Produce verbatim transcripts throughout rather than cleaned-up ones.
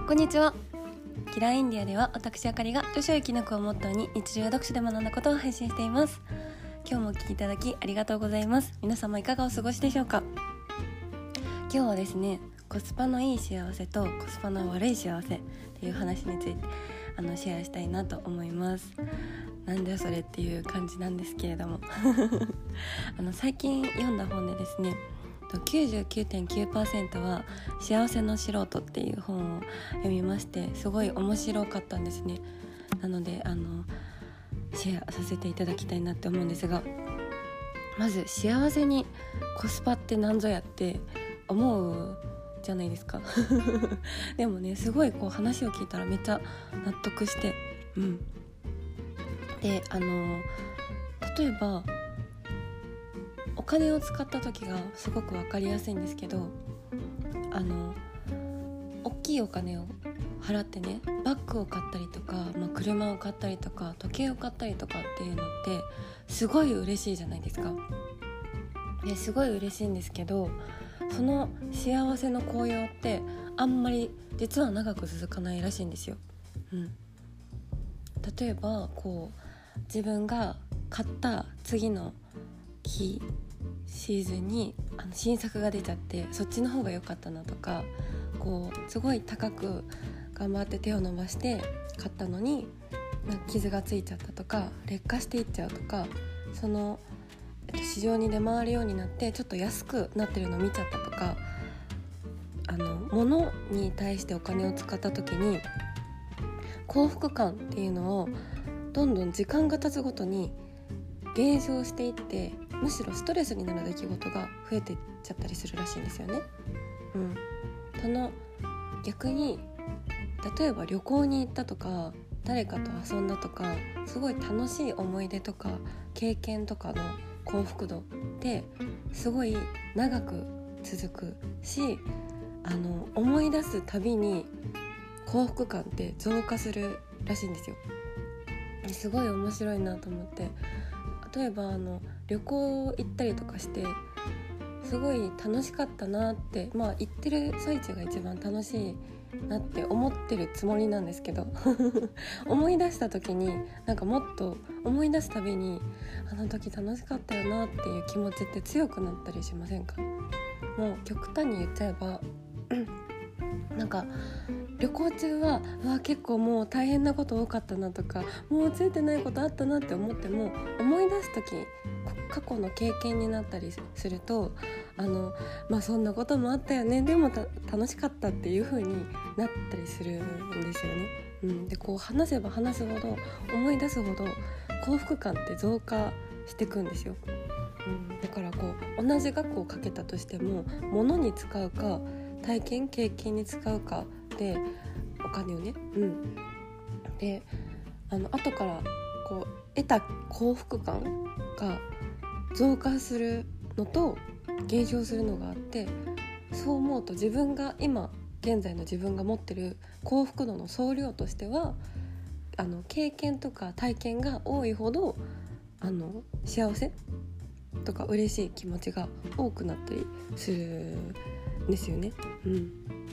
こんにちは。キラーインディアでは私あかりが女子を生き抜くをモットーに日常や読書で学んだことを配信しています。今日もお聞きいただきありがとうございます。皆様いかがお過ごしでしょうか。今日はですね、コスパのいい幸せとコスパの悪い幸せっていう話についてあのシェアしたいなと思います。なんだよそれっていう感じなんですけれどもあの最近読んだ本でですね、きゅうじゅうきゅうてんきゅうパーセント は幸せの素人っていう本を読みまして、すごい面白かったんですね。なのであのシェアさせていただきたいなって思うんですが、まず幸せにコスパって何ぞやって思うじゃないですかでもね、すごいこう話を聞いたらめっちゃ納得して、うんであの例えばお金を使った時がすごく分かりやすいんですけど、あの大きいお金を払ってね、バッグを買ったりとか、まあ、車を買ったりとか時計を買ったりとかっていうのってすごい嬉しいじゃないですか。ですごい嬉しいんですけど、その幸せの高揚ってあんまり実は長く続かないらしいんですよ、うん、例えばこう自分が買った次の日シーズンにあの新作が出ちゃって、そっちの方が良かったなとか、こうすごい高く頑張って手を伸ばして買ったのになんか傷がついちゃったとか劣化していっちゃうとか、その、えっと、市場に出回るようになってちょっと安くなってるのを見ちゃったとか、あの物に対してお金を使った時に幸福感っていうのをどんどん時間が経つごとに減少していって、むしろストレスになる出来事が増えていっちゃったりするらしいんですよね、うん、その逆に例えば旅行に行ったとか誰かと遊んだとか、すごい楽しい思い出とか経験とかの幸福度ってすごい長く続くし、あの思い出すたびに幸福感って増加するらしいんですよ。すごい面白いなと思って、例えばあの旅行行ったりとかしてすごい楽しかったなって、まあ行ってる最中が一番楽しいなって思ってるつもりなんですけど思い出した時になんかもっと思い出すたびにあの時楽しかったよなっていう気持ちって強くなったりしませんか。もう極端に言っちゃえばなんか旅行中はうわ結構もう大変なこと多かったなとか、もうついてないことあったなって思っても、思い出す時過去の経験になったりすると、あのまあそんなこともあったよね、でも楽しかったっていう風になったりするんですよね、うん、でこう話せば話すほど思い出すほど幸福感って増加していくんですよ、うん、だからこう同じ額をかけたとしても物に使うか体験経験に使うかでお金をね、うん、であの後からこう得た幸福感が増加するのと減少するのがあって、そう思うと自分が今現在の自分が持ってる幸福度の総量としてはあの経験とか体験が多いほどあの幸せとか嬉しい気持ちが多くなったりするんですよね、うん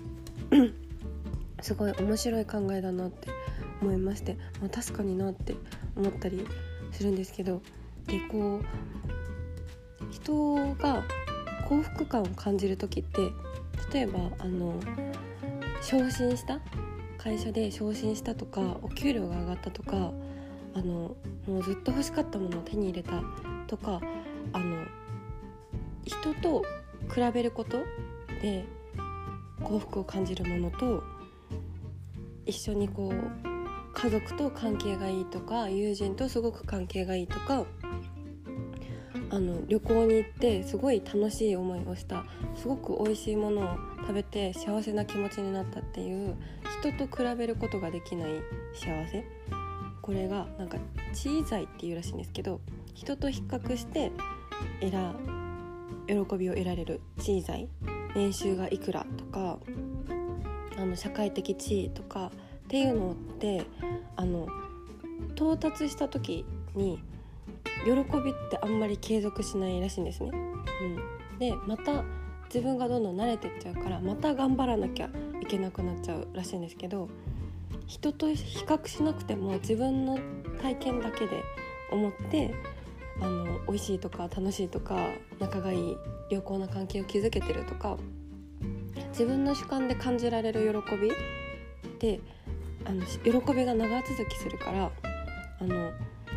すごい面白い考えだなって思いまして、まあ、確かになって思ったりするんですけど、でこう人が幸福感を感じる時って、例えばあの昇進した会社で昇進したとか、お給料が上がったとか、あのもうずっと欲しかったものを手に入れたとか、あの人と比べることで幸福を感じるものと、一緒にこう家族と関係がいいとか、友人とすごく関係がいいとか、あの旅行に行ってすごい楽しい思いをした、すごく美味しいものを食べて幸せな気持ちになったっていう人と比べることができない幸せ、これがなんか地位罪っていうらしいんですけど、人と比較して得ら喜びを得られる地位罪、年収がいくらとかあの社会的地位とかっていうのってあの到達した時に喜びってあんまり継続しないらしいんですね、うん、でまた自分がどんどん慣れてっちゃうから、また頑張らなきゃいいけなくなっちゃうらしいんですけど、人と比較しなくても自分の体験だけで思ってあの美味しいとか楽しいとか仲がいい良好な関係を築けてるとか、自分の主観で感じられる喜びであの喜びが長続きするから、あの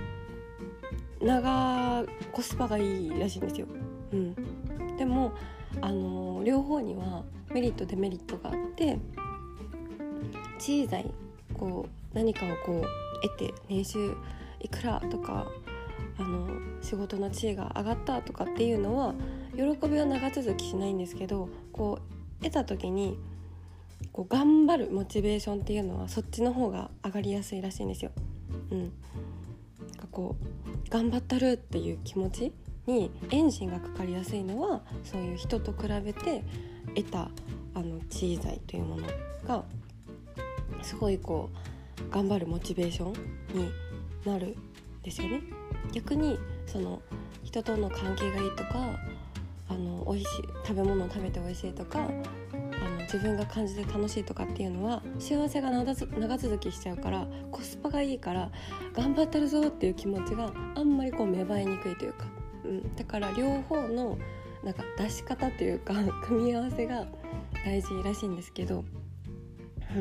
長コスパがいいらしいんですよ、うん、でもあの両方にはメリットデメリットがあって、小さいこう何かをこう得て年収いくらとかあの仕事の地位が上がったとかっていうのは喜びは長続きしないんですけど、こう得た時にこう頑張るモチベーションっていうのはそっちの方が上がりやすいらしいんですよ、うん、なんかこう頑張ったるっていう気持ちにエンジンがかかりやすいのは、そういう人と比べて得たあの地位財というものがすごいこう頑張るモチベーションになるんですよね。逆にその人との関係がいいとか、あの美味しい食べ物を食べて美味しいとか、あの自分が感じて楽しいとかっていうのは幸せが長続きしちゃうから、コスパがいいから頑張ってるぞっていう気持ちがあんまりこう芽生えにくいというか、うん、だから両方のなんか出し方というか組み合わせが大事らしいんですけど、うん、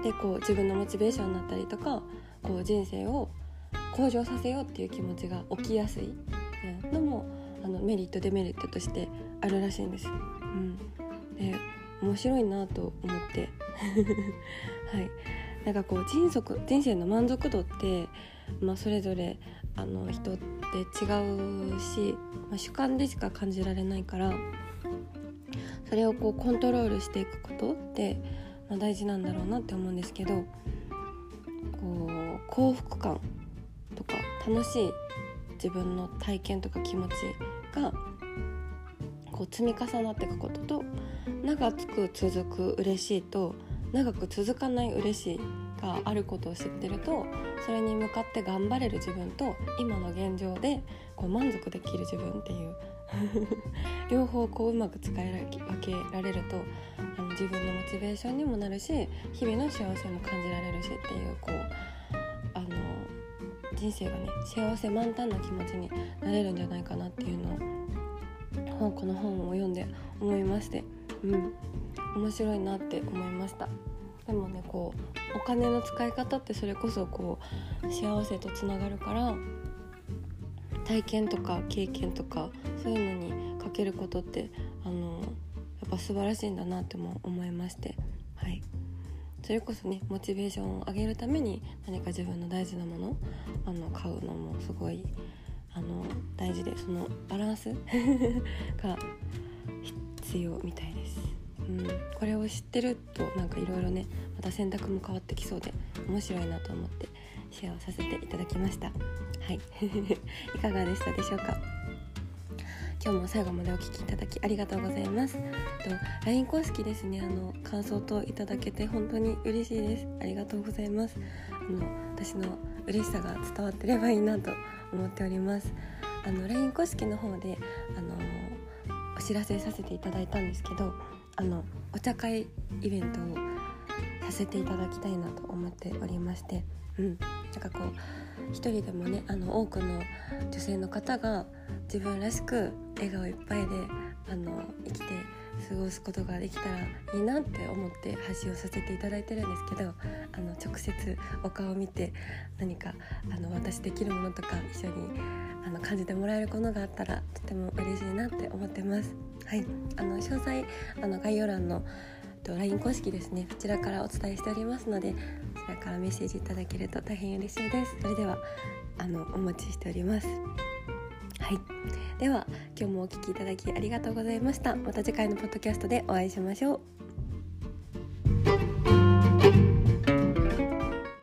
でこう自分のモチベーションになったりとか、こう人生を向上させようっていう気持ちが起きやすいのもあのメリットデメリットとしてあるらしいんです、うん、で面白いなと思ってはい、なんかこう人足人生の満足度って、まあ、それぞれあの人って違うし、まあ、主観でしか感じられないから、それをこうコントロールしていくことって、まあ、大事なんだろうなって思うんですけど、こう幸福感とか楽しい自分の体験とか気持ちがこう積み重なっていくことと、長く続く嬉しいと長く続かない嬉しいがあることを知ってると、それに向かって頑張れる自分と今の現状でこう満足できる自分っていう両方こううまく使い分けられると、あの自分のモチベーションにもなるし、日々の幸せも感じられるしっていう、こうあの人生がね幸せ満タンな気持ちになれるんじゃないかなっていうのをこの本を読んで思いまして、うん、面白いなって思いました。でもね、こうお金の使い方ってそれこそこう幸せとつながるから、体験とか経験とかそういうのにかけることってあのやっぱ素晴らしいんだなっても思いまして、はい、それこそねモチベーションを上げるために何か自分の大事なものあの買うのもすごいあの大事で、そのバランスが必要みたいです、うん、これを知ってるとなんかいろいろねまた選択も変わってきそうで面白いなと思ってシェアをさせていただきました。はいいかがでしたでしょうか。今日も最後までお聞きいただきありがとうございます。と ライン 公式ですね、あの感想といただけて本当に嬉しいです。ありがとうございます。あの私の嬉しさが伝わってればいいなと思っております。あの ライン 公式の方であのお知らせさせていただいたんですけど、あのお茶会イベントをさせていただきたいなと思っておりまして、うん、なんかこう一人でもねあの多くの女性の方が自分らしく笑顔いっぱいであの生きて過ごすことができたらいいなって思って発信をさせていただいてるんですけど、あの直接お顔を見て何かあの私できるものとか一緒にあの感じてもらえるものがあったらとても嬉しいなって思ってます。はい、あの詳細あの概要欄のライン 公式ですね、こちらからお伝えしておりますので、こちらからメッセージいただけると大変嬉しいです。それではあのお待ちしております。はい、では今日もお聞きいただきありがとうございました。また次回のポッドキャストでお会いしましょう。